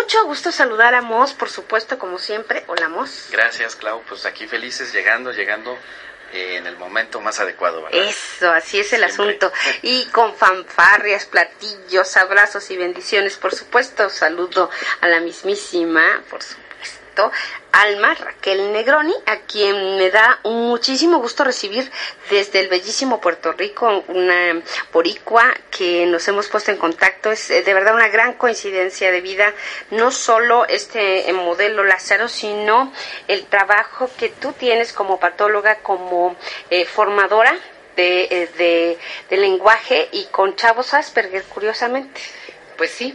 mucho gusto saludar a Mos, por supuesto, como siempre. Hola, Mos. Gracias, Clau. Pues aquí felices, llegando en el momento más adecuado, ¿verdad? Eso, así es el Siempre. asunto. Y con fanfarrias, platillos, abrazos y bendiciones, por supuesto. Saludo a la mismísima, por supuesto, Alma Raquel Negroni, a quien me da muchísimo gusto recibir desde el bellísimo Puerto Rico, una boricua que nos hemos puesto en contacto. Es de verdad una gran coincidencia de vida, no solo este modelo Lázaro, sino el trabajo que tú tienes como patóloga, como formadora de lenguaje y con chavos Asperger, curiosamente. Pues sí.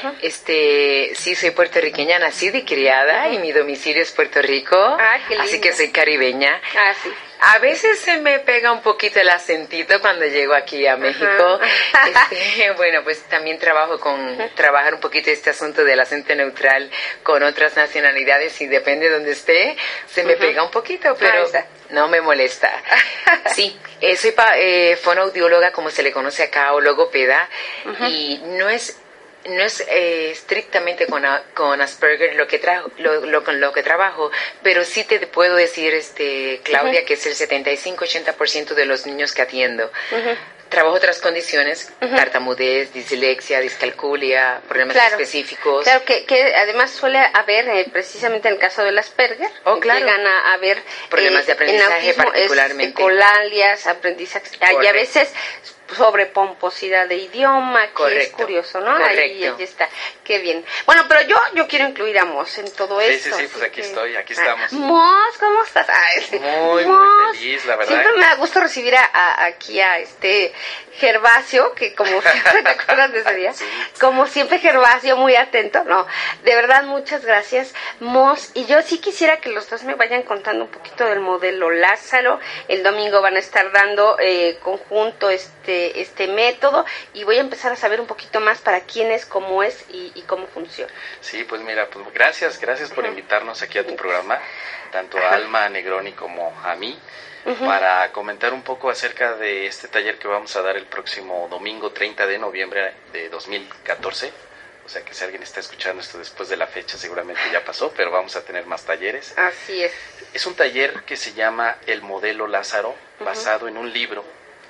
Sí, soy puertorriqueña, nacida y criada, y mi domicilio es Puerto Rico, así que soy caribeña. Sí. A veces se me pega un poquito el acentito cuando llego aquí a México. Bueno, pues también trabajar un poquito este asunto del acento neutral con otras nacionalidades, y depende de donde esté, se me pega un poquito, pero no me molesta. Sí, soy fonoaudióloga, como se le conoce acá, o logopeda, y no es estrictamente con Asperger con lo que trabajo, pero sí te puedo decir, Claudia, que es el 75-80% de los niños que atiendo. Trabajo otras condiciones, tartamudez, dislexia, discalculia, problemas específicos. Claro, que además suele haber, precisamente en el caso del Asperger, llegan a haber problemas de aprendizaje, en autismo, particularmente. Colalias, aprendizaje, y a veces sobrepomposidad de idioma, que es curioso, ¿no? Ahí está, qué bien. Bueno, pero yo quiero incluir a Mos en todo esto. Sí, pues aquí estamos. Mos, ¿cómo estás? Muy feliz, la verdad. Siempre me da gusto recibir aquí a Gervasio, que como siempre, ¿te acuerdas de ese día? Sí. Como siempre, Gervasio, muy atento. No, de verdad, muchas gracias, Mos. Y yo sí quisiera que los dos me vayan contando un poquito del modelo Lázaro. El domingo van a estar dando conjunto este método, y voy a empezar a saber un poquito más para quién es, cómo es y cómo funciona. Sí, pues mira, pues gracias por invitarnos aquí a tu programa, tanto a Alma Negroni como a mí, para comentar un poco acerca de este taller que vamos a dar el próximo domingo 30 de noviembre de 2014. O sea que si alguien está escuchando esto después de la fecha, seguramente ya pasó, pero vamos a tener más talleres. Así es. Es un taller que se llama El Modelo Lázaro, basado en un libro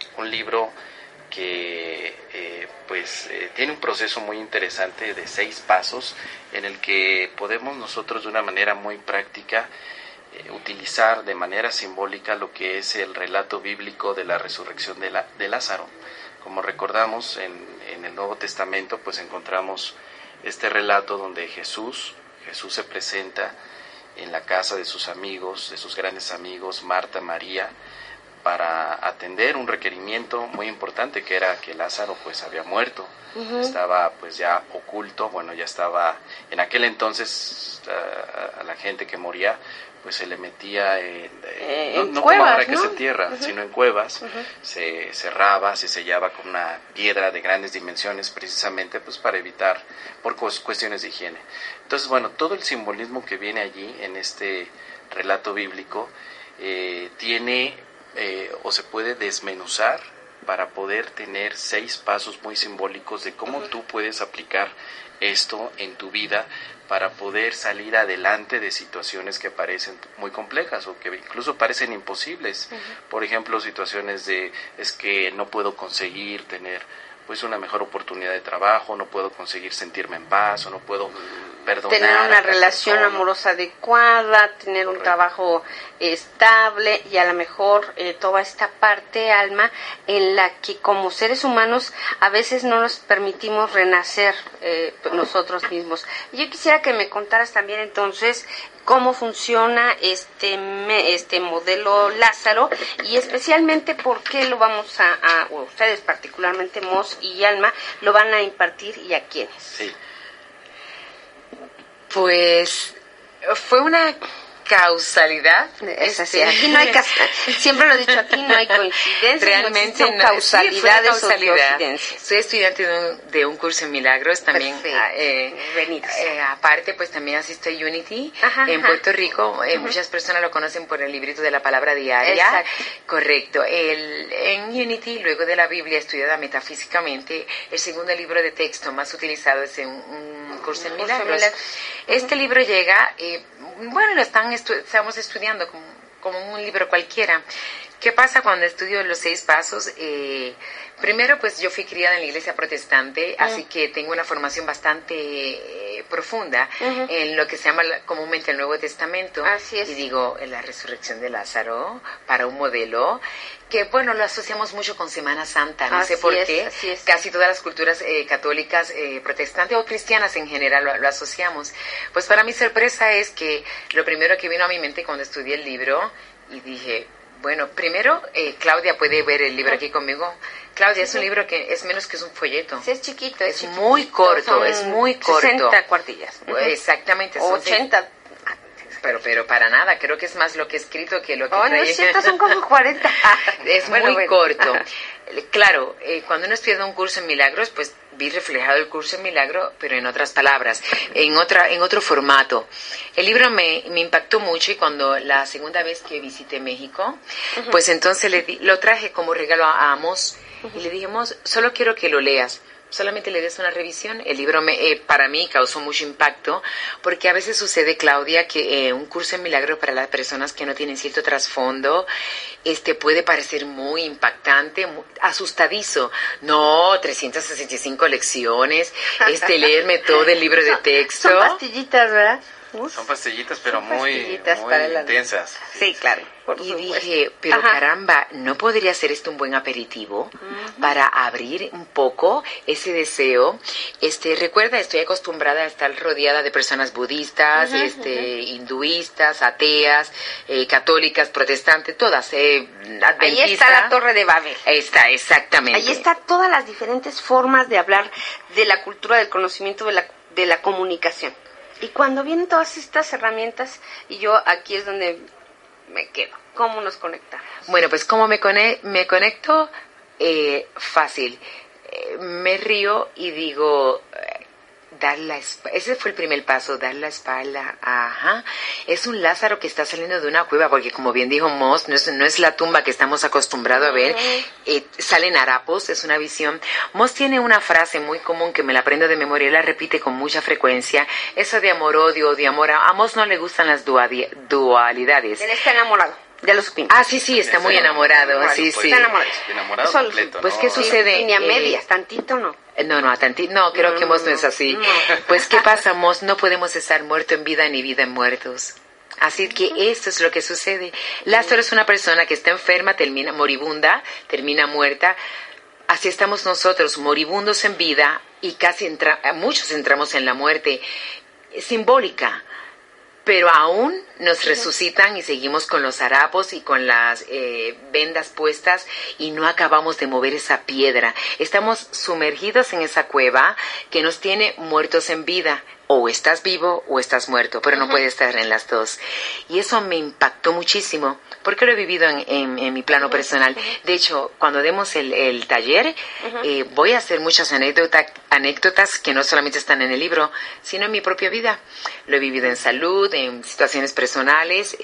que tiene un proceso muy interesante de 6 pasos, en el que podemos nosotros de una manera muy práctica utilizar de manera simbólica lo que es el relato bíblico de la resurrección de Lázaro. Como recordamos, en el Nuevo Testamento pues encontramos este relato donde Jesús se presenta en la casa de sus amigos, de sus grandes amigos, Marta, María, para atender un requerimiento muy importante, que era que Lázaro pues había muerto, estaba pues ya oculto, ya estaba, en aquel entonces a la gente que moría pues se le metía no cuevas, como ahora que ¿no? se entierra, sino en cuevas, se cerraba, se sellaba con una piedra de grandes dimensiones, precisamente pues para evitar, por cuestiones de higiene. Entonces todo el simbolismo que viene allí en este relato bíblico tiene o se puede desmenuzar para poder tener 6 pasos muy simbólicos de cómo tú puedes aplicar esto en tu vida para poder salir adelante de situaciones que parecen muy complejas o que incluso parecen imposibles. Por ejemplo, situaciones es que no puedo conseguir tener pues una mejor oportunidad de trabajo, no puedo conseguir sentirme en paz, o no puedo perdonar, tener una relación amorosa adecuada, tener un trabajo estable, y a lo mejor toda esta parte, Alma, en la que como seres humanos a veces no nos permitimos renacer nosotros mismos. Y yo quisiera que me contaras también entonces cómo funciona este modelo Lázaro, y especialmente por qué lo vamos a ustedes particularmente, Mos y Alma, lo van a impartir, y a quiénes. Sí. Pues fue una causalidad. Es así, aquí no hay siempre lo he dicho, aquí no hay coincidencias, realmente no causalidades o coincidencias. Soy estudiante de un curso en milagros también. Aparte, pues también asisto a Unity en Puerto Rico. Muchas personas lo conocen por el librito de la palabra diaria. Exacto. Correcto. En Unity, luego de la Biblia estudiada metafísicamente, el segundo libro de texto más utilizado es un curso en milagros. Este libro llega, bueno, lo estamos estudiando como un libro cualquiera. ¿Qué pasa cuando estudio los 6 pasos? Primero, pues yo fui criada en la iglesia protestante, así que tengo una formación bastante profunda en lo que se llama comúnmente el Nuevo Testamento. Así es. Y digo, en la resurrección de Lázaro, para un modelo que, bueno, lo asociamos mucho con Semana Santa, no sé por qué. Casi todas las culturas católicas, protestantes o cristianas en general lo asociamos. Pues para mi sorpresa es que lo primero que vino a mi mente cuando estudié el libro, y dije, bueno, primero, Claudia puede ver el libro aquí conmigo. Claudia, es un libro que es menos que es un folleto. Sí, es chiquito. Es muy corto, es muy corto. 60 cuartillas. Exactamente. 80. Pero para nada, creo que es más lo que he escrito que lo que no es cierto, son como 40. Es muy corto. Claro, cuando uno estudia un curso en milagros, pues vi reflejado el curso en milagro, pero en otras palabras, en otro formato. El libro me impactó mucho, y cuando la segunda vez que visité México, pues entonces lo traje como regalo a Amos, y le dijimos, solo quiero que lo leas. Solamente le des una revisión. El libro para mí causó mucho impacto, porque a veces sucede, Claudia, que un curso en milagro para las personas que no tienen cierto trasfondo puede parecer muy impactante, muy asustadizo. No, 365 lecciones, leerme todo el libro de texto. Son pastillitas, ¿verdad? Son pastillitas, pero muy intensas. Sí, claro. Y dije, pero caramba, ¿no podría ser esto un buen aperitivo para abrir un poco ese deseo? Recuerda, estoy acostumbrada a estar rodeada de personas budistas, hinduistas, ateas, católicas, protestantes, todas, adventistas. Ahí está la Torre de Babel. Está, exactamente. Ahí está todas las diferentes formas de hablar de la cultura del conocimiento, de la comunicación. Y cuando vienen todas estas herramientas, y yo aquí es donde me quedo, ¿cómo nos conectamos? Bueno, pues ¿cómo me conecto? Fácil. Me río y digo, dar la espalda. Ese fue el primer paso, dar la espalda. Es un Lázaro que está saliendo de una cueva, porque como bien dijo Moss, no es la tumba que estamos acostumbrados a ver. Salen harapos, es una visión. Moss tiene una frase muy común que me la aprendo de memoria, él la repite con mucha frecuencia. Eso de amor-odio, de amor. A Moss no le gustan las dualidades. Él está enamorado. Ya lo supimos. Sí, está muy enamorado. Sí. Está enamorado. Enamorado completo, pues, ¿qué sucede? Ni a medias, tantito no. No, creo que Moss no es así. No. Pues, ¿qué pasa, Moss? No podemos estar muerto en vida ni vida en muertos. Así que esto es lo que sucede. Lázaro es una persona que está enferma, termina moribunda, termina muerta. Así estamos nosotros, moribundos en vida, y muchos entramos en la muerte simbólica. Pero aún nos resucitan y seguimos con los harapos y con las vendas puestas, y no acabamos de mover esa piedra. Estamos sumergidos en esa cueva que nos tiene muertos en vida. O estás vivo o estás muerto, pero no puedes estar en las dos. Y eso me impactó muchísimo, porque lo he vivido en mi plano personal. De hecho, cuando demos el taller, voy a hacer muchas anécdotas que no solamente están en el libro, sino en mi propia vida. Lo he vivido en salud, en situaciones personales.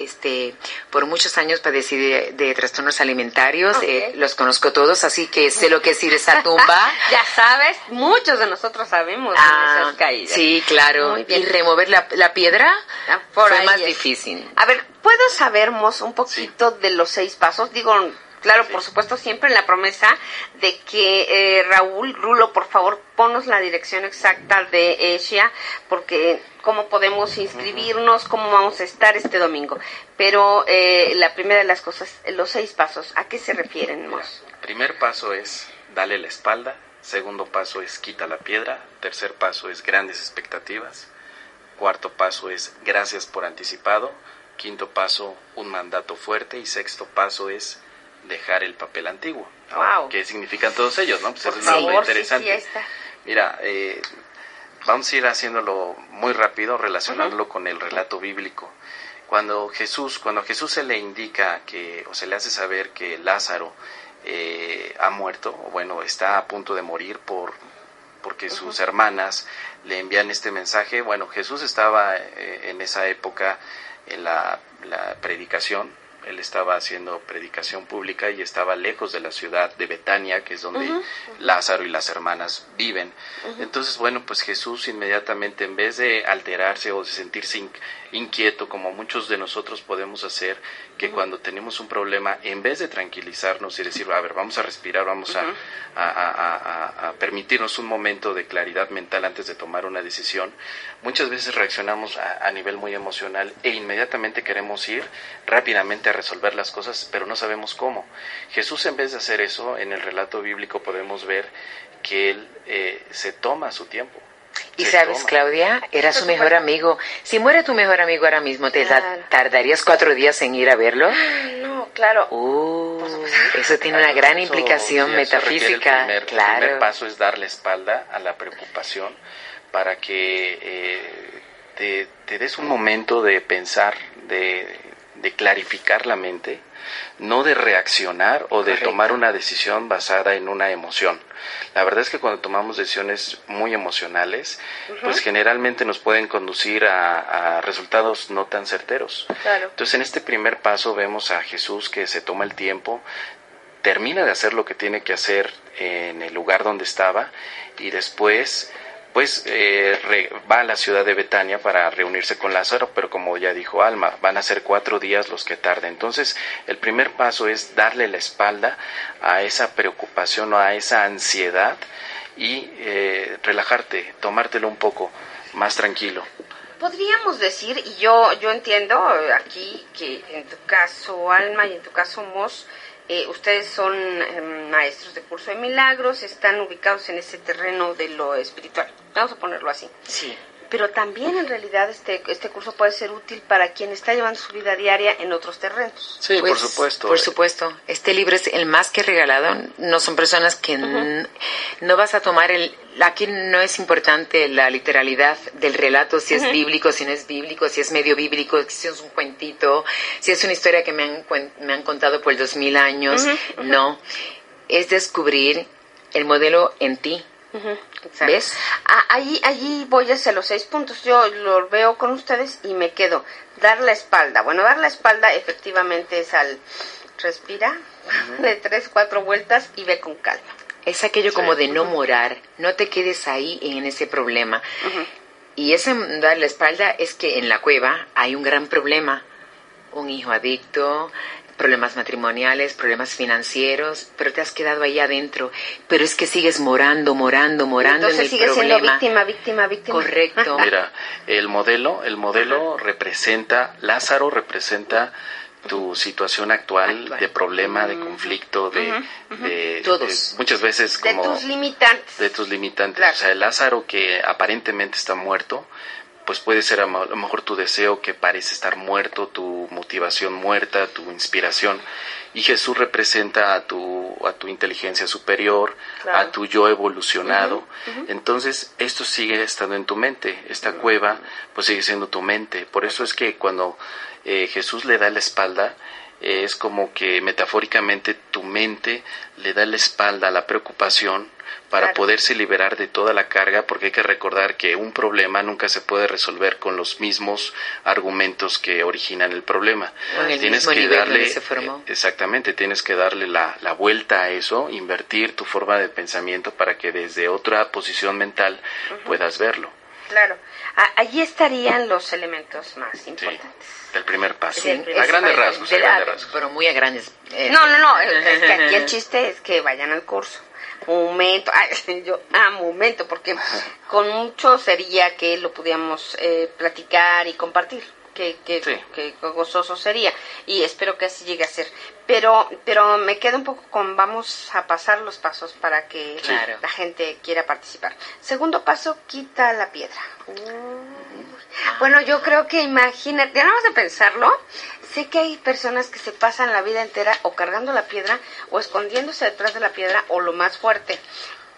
Por muchos años padecí de trastornos alimentarios. Los conozco todos, así que sé lo que es ir a esa tumba. Ya sabes, muchos de nosotros sabemos de esas caídas. Sí, claro. Y remover la piedra fue más difícil. A ver, ¿puedo saber, Moss, un poquito de los 6 pasos? Digo, claro, por supuesto, siempre en la promesa de que Rulo, por favor, ponos la dirección exacta de Asia, porque cómo podemos inscribirnos, cómo vamos a estar este domingo. Pero la primera de las cosas, los 6 pasos, ¿a qué se refieren, Moss? El primer paso es dale la espalda. Segundo paso es quita la piedra. Tercer paso es grandes expectativas. Cuarto paso es gracias por anticipado. Quinto paso, un mandato fuerte. Y sexto paso es dejar el papel antiguo. Wow. ¿Qué significan todos ellos? ¿No? Pues por eso favor, es lo interesante. Sí, ahí está. Mira, vamos a ir haciéndolo muy rápido, relacionándolo con el relato bíblico. Cuando a Jesús se le indica o se le hace saber que Lázaro ha muerto, o bueno, está a punto de morir porque sus hermanas le envían este mensaje. Bueno, Jesús estaba en esa época en la predicación. Él estaba haciendo predicación pública y estaba lejos de la ciudad de Betania, que es donde Lázaro y las hermanas viven. Entonces, bueno, pues Jesús inmediatamente, en vez de alterarse o de sentirse inquieto, como muchos de nosotros podemos hacer, que cuando tenemos un problema, en vez de tranquilizarnos y decir, a ver, vamos a respirar, vamos a permitirnos un momento de claridad mental antes de tomar una decisión, muchas veces reaccionamos a nivel muy emocional e inmediatamente queremos ir rápidamente a resolver las cosas, pero no sabemos cómo. Jesús, en vez de hacer eso, en el relato bíblico podemos ver que él se toma su tiempo. Y sabes, Claudia, era su mejor amigo. Si muere tu mejor amigo ahora mismo, ¿te tardarías 4 días en ir a verlo? No, claro. Eso tiene una gran implicación metafísica. El primer paso es dar la espalda a la preocupación para que te des un momento de pensar, de clarificar la mente, no de reaccionar o de tomar una decisión basada en una emoción. La verdad es que cuando tomamos decisiones muy emocionales, pues generalmente nos pueden conducir a resultados no tan certeros. Claro. Entonces, en este primer paso vemos a Jesús que se toma el tiempo, termina de hacer lo que tiene que hacer en el lugar donde estaba y después pues va a la ciudad de Betania para reunirse con Lázaro, pero como ya dijo Alma, van a ser 4 días los que tarde. Entonces, el primer paso es darle la espalda a esa preocupación o a esa ansiedad y relajarte, tomártelo un poco más tranquilo. Podríamos decir, y yo entiendo aquí que en tu caso, Alma, y en tu caso, Mos, ustedes son maestros de curso de milagros, están ubicados en ese terreno de lo espiritual, vamos a ponerlo así. Sí. Pero también en realidad este curso puede ser útil para quien está llevando su vida diaria en otros terrenos. Sí, pues, por supuesto. Por supuesto. Este libro es el más que regalado. No son personas que no vas a tomar aquí no es importante la literalidad del relato, si es bíblico, si no es bíblico, si es medio bíblico, si es un cuentito, si es una historia que me han contado por 2000 años. No. Es descubrir el modelo en ti. ¿Ves? Allí voy hacia los 6 puntos. Yo lo veo con ustedes y me quedo. Dar la espalda. Bueno, dar la espalda efectivamente es respira de 3, 4 vueltas y ve con calma. Es aquello como de no morar. No te quedes ahí en ese problema. Y ese dar la espalda es que en la cueva hay un gran problema. Un hijo adicto, problemas matrimoniales, problemas financieros, pero te has quedado ahí adentro. Pero es que sigues morando Entonces en el problema. Entonces siendo víctima. Correcto. Mira, el modelo representa, Lázaro representa tu situación actual de problema, de conflicto, de todos. Muchas veces como... De tus limitantes. De tus limitantes. Claro. O sea, el Lázaro que aparentemente está muerto, pues puede ser a lo mejor tu deseo que parece estar muerto, tu motivación muerta, tu inspiración. Y Jesús representa a tu inteligencia superior, claro, a tu yo evolucionado. Entonces, esto sigue estando en tu mente. Esta cueva, pues sigue siendo tu mente. Por eso es que cuando Jesús le da la espalda, es como que metafóricamente tu mente le da la espalda a la preocupación para claro, poderse liberar de toda la carga, porque hay que recordar que un problema nunca se puede resolver con los mismos argumentos que originan el problema. Tienes que darle, exactamente, tienes que darle la vuelta a eso, invertir tu forma de pensamiento para que desde otra posición mental puedas verlo. Claro, allí estarían los elementos más importantes. Sí, del primer paso. A grandes rasgos. Pero muy a grandes. No, es que aquí el chiste es que vayan al curso. Momento, yo momento, porque con mucho sería que lo pudiéramos platicar y compartir, que gozoso sería, y espero que así llegue a ser, pero me quedo un poco con vamos a pasar los pasos para que la gente quiera participar. Segundo paso, quita la piedra. Bueno, yo creo que imagínate, ya nada más de pensarlo, sé que hay personas que se pasan la vida entera o cargando la piedra o escondiéndose detrás de la piedra o lo más fuerte.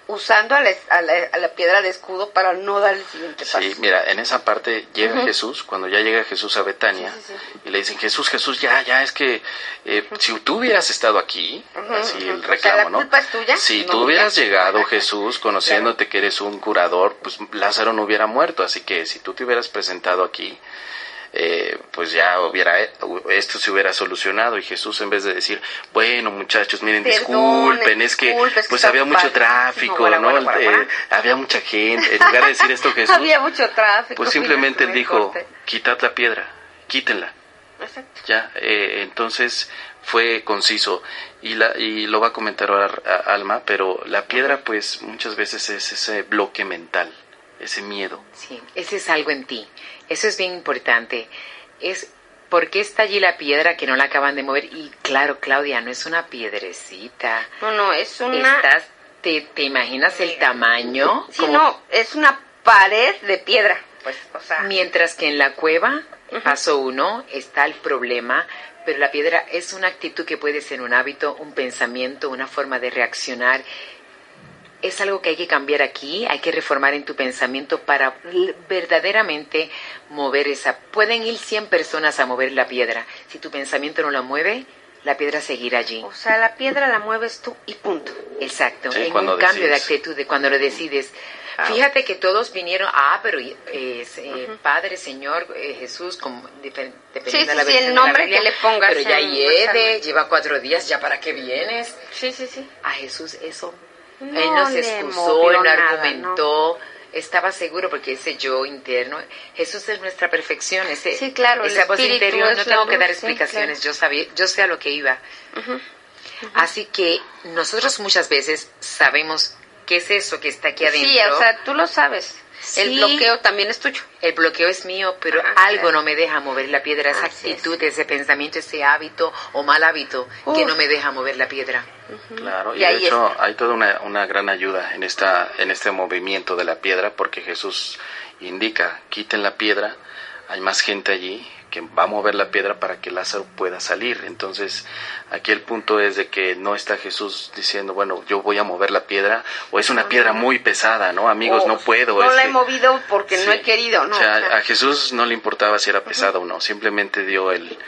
usando a la piedra de escudo para no dar el siguiente paso. Sí, mira, en esa parte llega Jesús, cuando ya llega Jesús a Betania, y le dicen, Jesús, ya, es que si tú hubieras estado aquí, así el reclamo, ¿la culpa es tuya? Si no tú mía. hubieras llegado, Jesús, conociéndote que eres un curador, pues Lázaro no hubiera muerto, así que si tú te hubieras presentado aquí, pues ya esto se hubiera solucionado. Y Jesús, en vez de decir, bueno, muchachos, miren, disculpen, es que pues había mucho tráfico, ¿no? Había mucha gente. En lugar de decir esto, Jesús, había mucho tráfico, pues simplemente él dijo, quitad la piedra, quítenla. Exacto. Ya, entonces fue conciso, y lo va a comentar ahora Alma, pero la piedra pues muchas veces es ese bloque mental, ese miedo. Sí, ese es algo en ti. Eso es bien importante. Es ¿por qué está allí la piedra que no la acaban de mover? Y claro, Claudia, no es una piedrecita. No, es una... ¿Te imaginas el tamaño? Sí, no, es una pared de piedra. Pues, o sea... Mientras que en la cueva, paso 1, está el problema, pero la piedra es una actitud que puede ser un hábito, un pensamiento, una forma de reaccionar. Es algo que hay que cambiar aquí, hay que reformar en tu pensamiento para verdaderamente mover esa... Pueden ir 100 personas a mover la piedra. Si tu pensamiento no la mueve, la piedra seguirá allí. O sea, la piedra la mueves tú y punto. Exacto, sí, en un cambio de decides. actitud, de cuando lo decides. Fíjate que todos vinieron, pero Padre, Señor, Jesús, dependiendo de la versión el nombre de la Biblia, que le pongas. pero ya lleva 4 días, ¿ya para qué vienes? Sí. A Jesús eso... No, él no se excusó, él no argumentó, no. Estaba seguro porque ese yo interno, Jesús es nuestra perfección, sí, claro, esa voz interior, no tengo que dar luz, explicaciones, sí, claro. yo sé a lo que iba. Así que nosotros muchas veces sabemos qué es eso que está aquí adentro. Sí, o sea, tú lo sabes. Sí, el bloqueo también es tuyo. El bloqueo es mío, pero algo no me deja mover la piedra, esa actitud, ese pensamiento, ese hábito o mal hábito que no me deja mover la piedra. Claro, y de hecho hay toda una gran ayuda en este movimiento de la piedra, porque Jesús indica, quiten la piedra, hay más gente allí que va a mover la piedra para que Lázaro pueda salir. Entonces, aquí el punto es de que no está Jesús diciendo, bueno, yo voy a mover la piedra, o es una piedra muy pesada, ¿no? Amigos, no puedo. No la he movido porque no he querido, ¿no? O sea, a Jesús no le importaba si era pesada o no, simplemente dio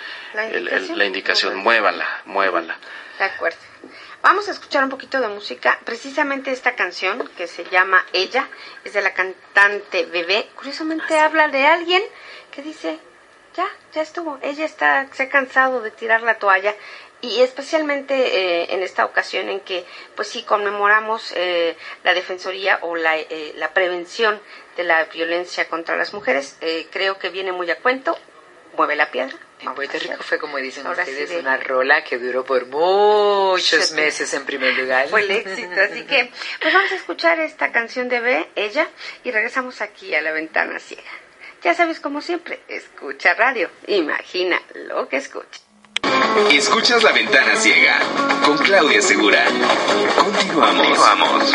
la indicación, muévanla. De acuerdo. Vamos a escuchar un poquito de música. Precisamente esta canción, que se llama Ella, es de la cantante Bebé. Curiosamente habla de alguien que dice, ya estuvo. Ella se ha cansado de tirar la toalla. Y especialmente en esta ocasión en que, pues sí, conmemoramos la defensoría o la prevención de la violencia contra las mujeres, creo que viene muy a cuento. Mueve la piedra. En Puerto Rico fue, como dicen ahora ustedes, sí una rola que duró por muchos meses en primer lugar. Fue el éxito, así que pues vamos a escuchar esta canción de B, Ella, y regresamos aquí a La Ventana Ciega. Ya sabes, como siempre, escucha radio, imagina lo que escucha. Escuchas La Ventana Ciega con Claudia Segura. Continuamos.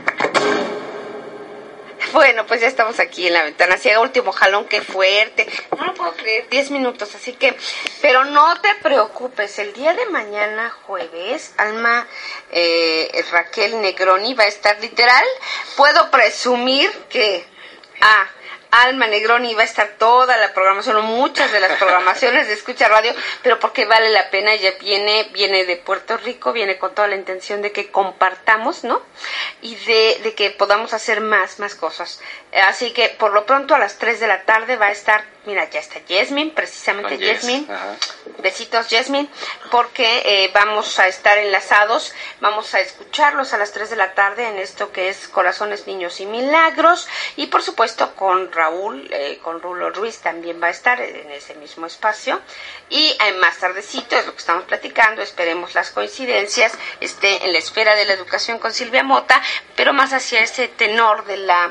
Bueno, pues ya estamos aquí en La Ventana Ciega, último jalón, qué fuerte, no lo puedo creer, 10 minutos, así que, pero no te preocupes, el día de mañana, jueves, Alma Raquel Negroni va a estar literal, puedo presumir que, Alma Negroni va a estar toda la programación, o muchas de las programaciones de Escucha Radio, pero porque vale la pena. Ella viene de Puerto Rico, viene con toda la intención de que compartamos, ¿no? Y de que podamos hacer más cosas. Así que por lo pronto a las 3 de la tarde va a estar, mira, ya está Yasmín, precisamente Yasmín. Besitos, Yasmín, porque vamos a estar enlazados, vamos a escucharlos a las 3 de la tarde en esto que es Corazones, Niños y Milagros, y por supuesto con Raúl, con Rulo Ruiz también va a estar en ese mismo espacio, y más tardecito es lo que estamos platicando, esperemos las coincidencias, en la esfera de la educación con Silvia Mota, pero más hacia ese tenor de la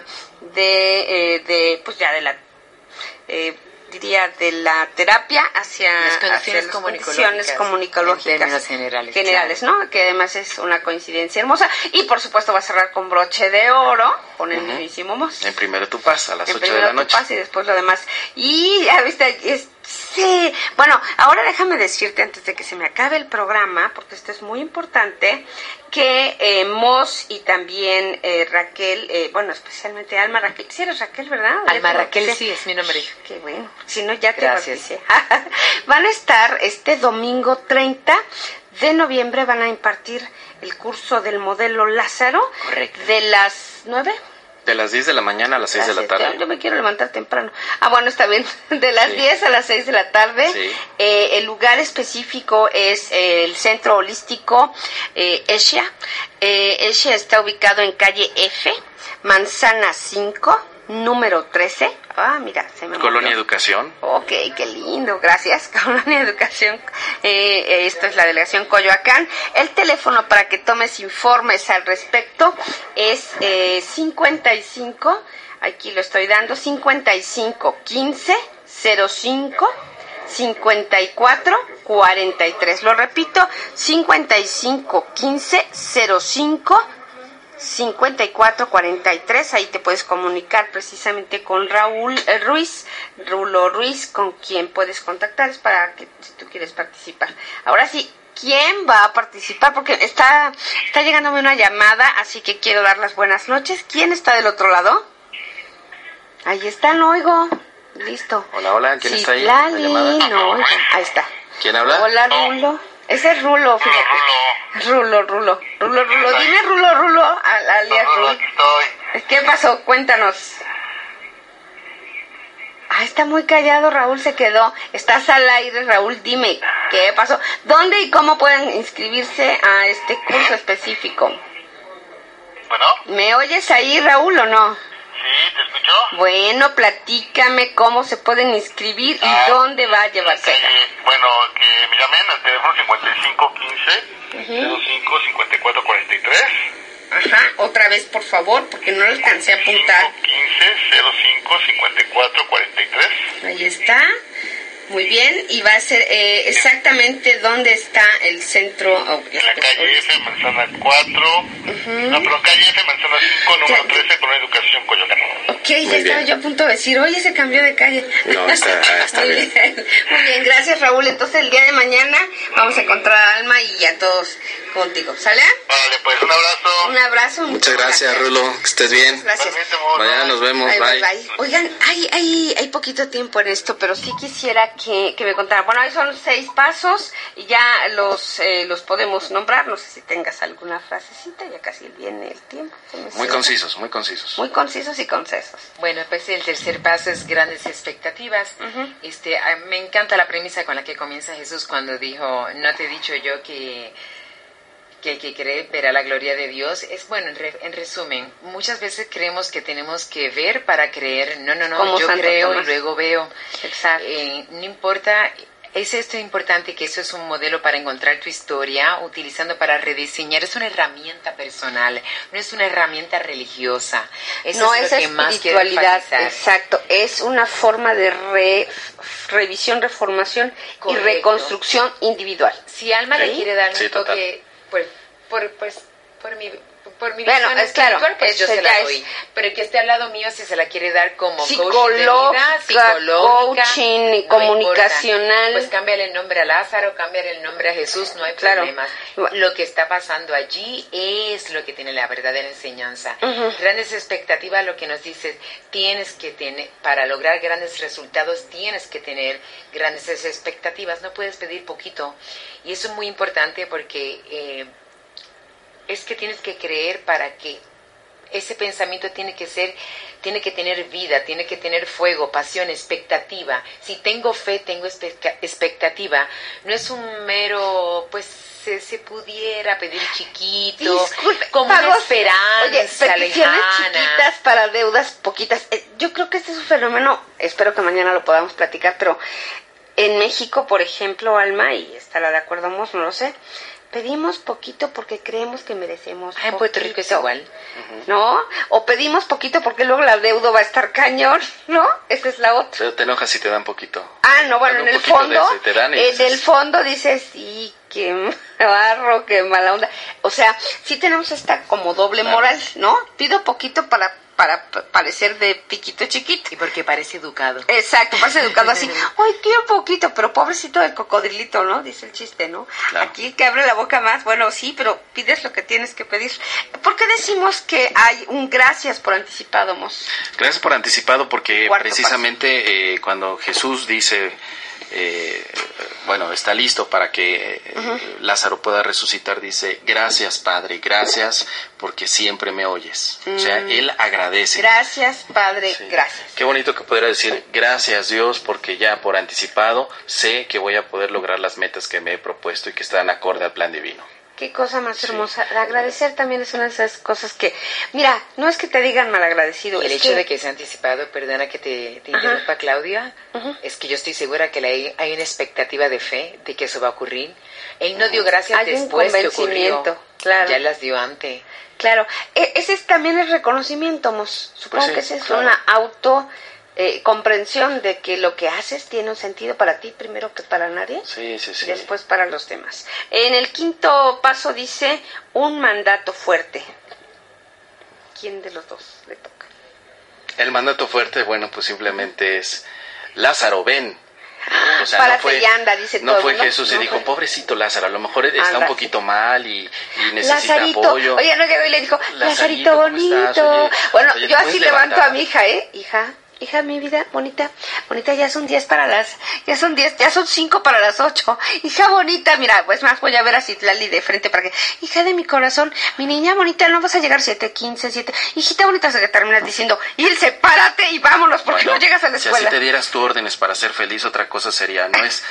diría de la terapia hacia las condiciones comunicológicas generales, claro. ¿no? Que además es una coincidencia hermosa, y por supuesto va a cerrar con broche de oro con el mismísimo Moss. En Primero Tu Paz a las 8 de la noche. Paz y después lo demás. Y ya viste, Sí, bueno, ahora déjame decirte antes de que se me acabe el programa, porque esto es muy importante, que Mos y también Raquel, bueno, especialmente Alma Raquel, sí eres Raquel, ¿verdad? Alma Raquel, sí, es mi nombre. Qué bueno, si no ya te Gracias. bauticé. Van a estar este domingo 30 de noviembre, van a impartir el curso del modelo Lázaro. Correcto. De las 9. De las 10 de la mañana a las 6 de la tarde. Yo me quiero levantar temprano. Bueno, está bien. De las 10 a las 6 de la tarde. Sí. El lugar específico es el Centro Holístico Esha. Esha está ubicado en calle F, Manzana 5, número 13. Mira, se me Colonia movió. Educación. Ok, qué lindo, gracias. Colonia Educación, esto es la delegación Coyoacán. El teléfono para que tomes informes al respecto es 55, aquí lo estoy dando, 55 15 05 54 43. Lo repito, 55 15 05 5443, ahí te puedes comunicar precisamente con Raúl Rulo Ruiz, con quien puedes contactar, es para que si tú quieres participar. Ahora sí, ¿quién va a participar? Porque está llegándome una llamada, así que quiero dar las buenas noches. ¿Quién está del otro lado? Ahí está, no oigo. Listo. Hola, ¿quién está ahí? Lali, ¿La llamada? no oigo. Ahí está. ¿Quién habla? Hola, Rulo. Ese es Rulo, fíjate. Rulo. Dime Rulo, alias Rulo. Aquí estoy. ¿Qué pasó? Cuéntanos. Está muy callado, Raúl se quedó. Estás al aire, Raúl, dime, ¿qué pasó? ¿Dónde y cómo pueden inscribirse a este curso específico? Bueno, ¿Me oyes ahí, Raúl, o no? sí, ¿te escuchó? Bueno, platícame cómo se pueden inscribir y dónde va a llevarse. Bueno, que me llamen al teléfono 5515 05 54 43. Ajá, otra vez, por favor, porque no lo alcancé a apuntar. 15 05 54 43. Ahí está. Muy bien, y va a ser exactamente dónde está el centro. En la calle F, Manzana 4. No, pero calle F, Manzana 5, número 13, con Educación Coyoacán. Ok, ya estaba yo a punto de decir, oye, se cambió de calle. No, está Muy bien. Muy bien, gracias, Raúl. Entonces, el día de mañana vamos a encontrar a Alma y a todos contigo. ¿Sale? Vale, pues un abrazo. Un abrazo. Muchas gracias, Rulo. Que estés bien. Gracias. Igualmente, amor. Mañana nos vemos. Bye. Oigan, hay poquito tiempo en esto, pero sí quisiera que me contaran. Bueno, ahí son 6 pasos y ya los podemos nombrar. No sé si tengas alguna frasecita, ya casi viene el tiempo. Muy concisos, muy concisos. Muy concisos y concesos. Bueno, pues el tercer paso es grandes expectativas. Me encanta la premisa con la que comienza Jesús cuando dijo, no te he dicho yo que el que cree verá la gloria de Dios. Es bueno, en resumen, muchas veces creemos que tenemos que ver para creer. No, Como yo Santo creo Tomás. y luego veo. Exacto. No importa. Es esto importante, que eso es un modelo para encontrar tu historia, utilizando para rediseñar. Es una herramienta personal, no es una herramienta religiosa. Eso No es es lo que más quiero espiritualidad, enfatizar. exacto. Es una forma de revisión, reformación Correcto. y reconstrucción individual. Si Alma le ¿Sí? quiere dar Sí, un toque, por mi Bueno, visión es claro, espiritual, pues yo eso se ya la es doy. Pero el que esté al lado mío, si se la quiere dar como coach de Psicológica, vida, psicológica, coaching, no comunicacional. importa. Pues cámbiale el nombre a Lázaro, cámbiale el nombre a Jesús, no hay Claro. problemas. Lo que está pasando allí es lo que tiene la verdadera enseñanza. Grandes expectativas, lo que nos dice, tienes que tener, para lograr grandes resultados, tienes que tener grandes expectativas, no puedes pedir poquito. Y eso es muy importante porque es que tienes que creer para que ese pensamiento tiene que tener vida, tiene que tener fuego, pasión, expectativa. Si tengo fe, tengo expectativa. No es un mero, pues se pudiera pedir chiquito, Disculpe, como pagos, una esperanza oye, peticiones lejana. chiquitas para deudas poquitas. Yo creo que este es un fenómeno, espero que mañana lo podamos platicar, pero en México, por ejemplo, Alma, y estará de acuerdo, no lo sé, pedimos poquito porque creemos que merecemos En Puerto Rico es poquito, igual. ¿no? O pedimos poquito porque luego la deuda va a estar cañón, ¿no? Esa es la otra. Pero te enojas si te dan poquito. No, bueno, Dame en un el poquito fondo, de ese, te dan y en dices, el fondo dices, sí, qué barro, qué mala onda. O sea, sí tenemos esta como doble Claro. moral, ¿no? Pido poquito para para parecer de piquito chiquito. Y porque parece educado. Exacto, parece educado así. Ay, quiero un poquito, pero pobrecito del cocodrilito, ¿no? Dice el chiste, ¿no? Claro. Aquí que abre la boca más, bueno, sí, pero pides lo que tienes que pedir. ¿Por qué decimos que hay un gracias por anticipado, Mos? Gracias por anticipado, porque Cuarto precisamente cuando Jesús dice, bueno, está listo para que Lázaro pueda resucitar, dice, gracias Padre, gracias porque siempre me oyes. O sea, él agradece. Gracias, Padre, Sí. gracias. Qué bonito que pudiera decir, gracias Dios, porque ya por anticipado sé que voy a poder lograr las metas que me he propuesto y que están acorde al plan divino. Qué cosa más hermosa. Agradecer también es una de esas cosas que, mira, no es que te digan malagradecido. Y el es hecho de que sea anticipado, perdona que te interrumpa, Claudia, Ajá. es que yo estoy segura que hay una expectativa de fe de que eso va a ocurrir. Él no dio gracias Hay un después que ocurrió, convencimiento, claro. ya las dio antes. Claro, ese es también el reconocimiento, Mos. Supongo Pues sí, que esa es claro. una comprensión de que lo que haces tiene un sentido para ti primero que para nadie. Sí, sí, sí. Y después para los demás. En el quinto paso dice un mandato fuerte. ¿Quién de los dos le toca? El mandato fuerte, bueno, pues simplemente es, Lázaro, ven. O sea, Párate y anda, dice no todo, fue ¿no? Jesús y No dijo, fue. pobrecito Lázaro, a lo mejor está Anda, un poquito mal y necesita Lazarito, apoyo. oye, no llegó y le dijo, Lazarito ¿cómo bonito. estás? Oye, Bueno, oye, yo ¿te así puedes levanto levantar? a mi hija, hija, mi vida, bonita, ya son 10 para ya son 5 para las 8. Hija bonita, mira, pues más voy a ver a Citlali de frente para que, hija de mi corazón, mi niña bonita, no vas a llegar 7:15, hijita bonita, hasta que terminas diciendo, Ilse, párate y vámonos, porque Bueno, no llegas a la si escuela. así te dieras tú órdenes para ser feliz, otra cosa sería, no es,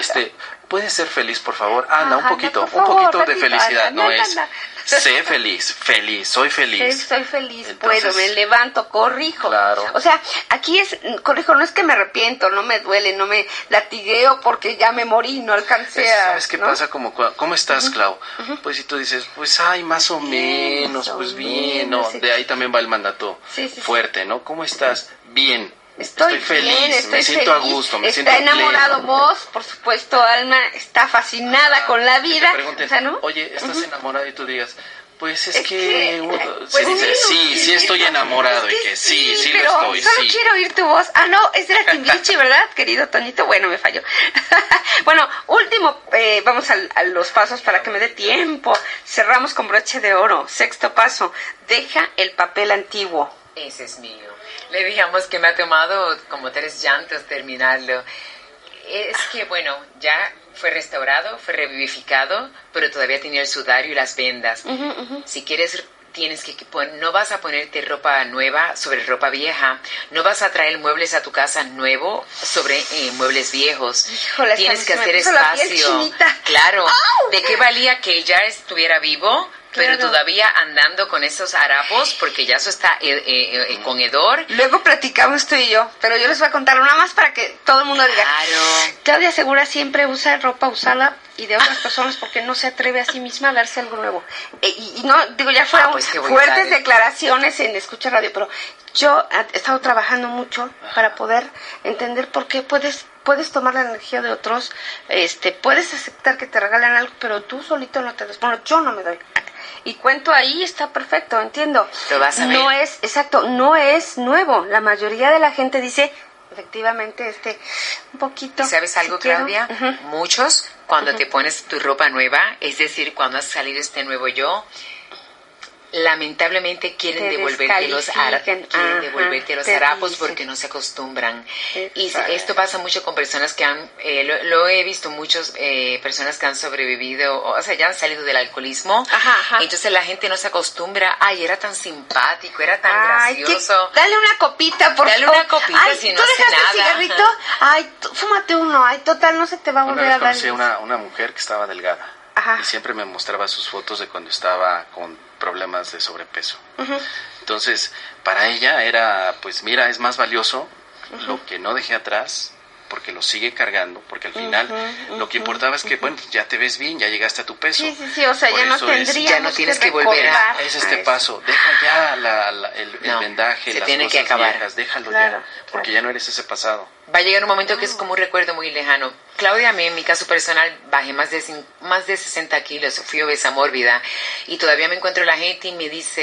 ¿puedes ser feliz, por favor? Anda, un Ajá, poquito, no, por un favor, poquito de ratito, felicidad, anda, no anda, es, anda. sé feliz, soy feliz. Soy feliz, Entonces, puedo, me levanto, corrijo. Claro. O sea, aquí es, corrijo, no es que me arrepiento, no me duele, no me latigueo porque ya me morí, no alcancé a... ¿Sabes qué ¿no? pasa? ¿Cómo estás, Clau? Pues si tú dices, pues ay, más o menos, más o pues bien, ¿no? menos, sí. De ahí también va el mandato Sí, sí, sí. fuerte, ¿no? ¿Cómo estás? Bien. Estoy feliz, bien, me siento feliz. a gusto, me está siento enamorado pleno. vos, por supuesto, Alma, está fascinada con la Que vida. te pregunten, O sea, ¿no? oye, ¿estás enamorado? Y tú digas, pues es Es que... que, se pues dice, sí, sí estoy enamorado y que sí lo pero estoy, solo sí. quiero oír tu voz. Ah, no, es de la Timbiriche, ¿verdad, querido Toñito? Bueno, me falló. Bueno, último, vamos a los pasos para que me dé tiempo. Cerramos con broche de oro. Sexto paso, deja el papel antiguo. Ese es mío. Le dijimos que me ha tomado como 3 llantos terminarlo. Es que, bueno, ya fue restaurado, fue revivificado, pero todavía tenía el sudario y las vendas. Si quieres, tienes que no vas a ponerte ropa nueva sobre ropa vieja, no vas a traer muebles a tu casa nuevo sobre muebles viejos. Híjole, tienes que se me hacer puso la piel espacio. chinita. Claro. ¡Au! ¿De qué valía que ya estuviera vivo? Pero Claro. todavía andando con esos harapos, porque ya eso está con hedor. Luego platicamos tú y yo, pero yo les voy a contar una más para que todo el mundo diga. Claro. Claudia Segura siempre usa ropa usada y de otras personas porque no se atreve a sí misma a darse algo nuevo. Y no, digo, ya fueron pues qué fuertes bonita. declaraciones en Escucha Radio, pero yo he estado trabajando mucho para poder entender por qué puedes tomar la energía de otros, puedes aceptar que te regalan algo, pero tú solito no te das. Bueno, yo no me doy. Y cuento ahí, está perfecto, entiendo. Lo vas a ver. No es, exacto, no es nuevo. La mayoría de la gente dice, efectivamente, un poquito. ¿Y sabes algo, si quiero. Claudia? Ujú. Muchos, cuando te pones tu ropa nueva, es decir, cuando has salido este nuevo yo, lamentablemente quieren Te devolverte los descalifican. Ajá, te harapos dicen. porque no se acostumbran. Y Exacto. esto pasa mucho con personas que han, lo he visto muchos, personas que han sobrevivido, o sea, ya han salido del alcoholismo. Ajá, ajá. Entonces la gente no se acostumbra. Ay, era tan simpático, era tan Ay, gracioso. dale una copita, por Dale favor. una copita Ay, si ¿tú no hace dejaste el nada? cigarrito? Ay, fúmate uno. Ay, total, no se te va a Una volver vez a dar. conocí a una mujer que estaba delgada. Ajá. Y siempre me mostraba sus fotos de cuando estaba con problemas de sobrepeso. Entonces, para ella era, pues mira, es más valioso lo que no dejé atrás, porque lo sigue cargando, porque al final lo que importaba es que, bueno, ya te ves bien, ya llegaste a tu peso. Sí, o sea, Por ya no eso es- tendríamos ya no tienes que volver a- recordar Es este eso. paso, deja ya el No, vendaje, se las tiene que cosas acabar. viejas, déjalo Claro, ya, porque ya no eres ese pasado. Va a llegar un momento que es como un recuerdo muy lejano. Claudia, a mí, en mi caso personal, bajé más de 60 kilos, fui obesa mórbida y todavía me encuentro la gente y me dice,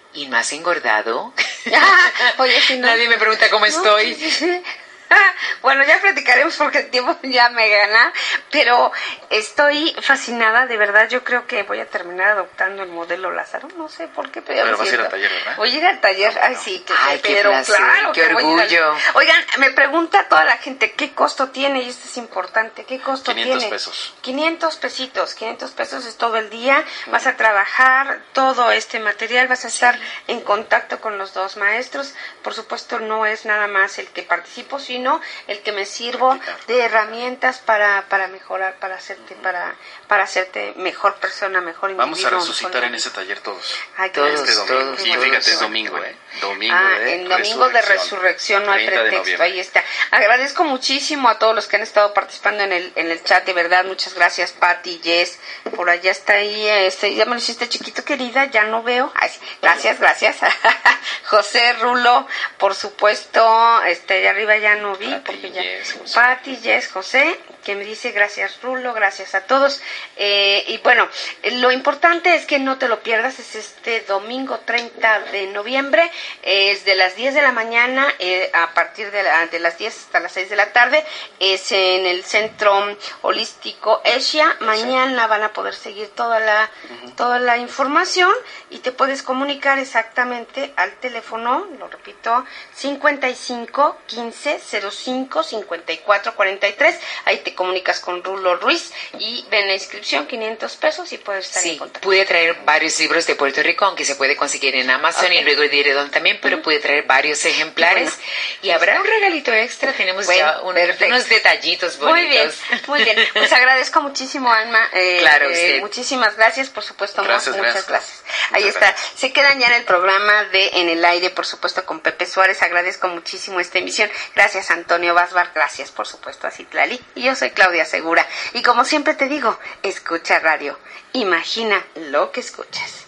¿Y no has engordado? Oye, si no, nadie me pregunta cómo estoy. Bueno, ya platicaremos porque el tiempo ya me gana, pero estoy fascinada, de verdad. Yo creo que voy a terminar adoptando el modelo Lázaro, no sé por qué, pero vas a ir al taller, ¿verdad? Voy a ir al taller, ay sí, Ay, qué pero placer, claro qué que voy a ir orgullo. Oigan, me pregunta toda la gente, ¿qué costo tiene? Y esto es importante, ¿qué costo 500 tiene? pesos. 500 pesitos, 500 pesos es todo el día, vas a trabajar todo este material, vas a estar en contacto con los dos maestros. Por supuesto, no es nada más el que participo, sino el que me sirvo de herramientas para mejorar, para hacerte mejor persona, mejor individuo. Vamos a resucitar en ese taller todos. Ay, Todos, este domingo. todos, Y fíjate, es domingo, Domingo de en domingo de resurrección, no hay 30 de pretexto, noviembre. ahí está. Agradezco muchísimo a todos los que han estado participando en el chat, de verdad, muchas gracias, Patti, Jess, por allá está ahí, ya me lo hiciste chiquito, querida, ya no veo. Ay, sí, gracias. José Rulo, por supuesto, allá arriba ya no vi, Patti, porque ya. Jess, José. Patti, Jess, José, que me dice gracias Rulo, gracias a todos. Y bueno, lo importante es que no te lo pierdas, es este domingo 30 de noviembre, es de las 10 de la mañana, a partir de las 10 hasta las 6 de la tarde, es en el Centro Holístico Asia. Mañana van a poder seguir toda la información y te puedes comunicar exactamente al teléfono, lo repito, 55 15 05 54 43. Ahí te comunicas con Rulo Ruiz y ven la inscripción, 500 pesos y puedes estar en contacto. Pude traer varios libros de Puerto Rico, aunque se puede conseguir en Amazon y luego diré dónde también, pero pude traer varios ejemplares y habrá un regalito extra. Tenemos ya unos detallitos bonitos. Muy bien. Pues agradezco muchísimo, Alma. Claro, usted. Muchísimas gracias, por supuesto. Gracias, muchas gracias. Ahí Muchas está. gracias. Se quedan ya en el programa de En el Aire, por supuesto, con Pepe Suárez. Agradezco muchísimo esta emisión. Gracias, Antonio Basbar. Gracias, por supuesto, a Citlali. Y yo soy Claudia Segura. Y como siempre te digo, escucha radio. Imagina lo que escuchas.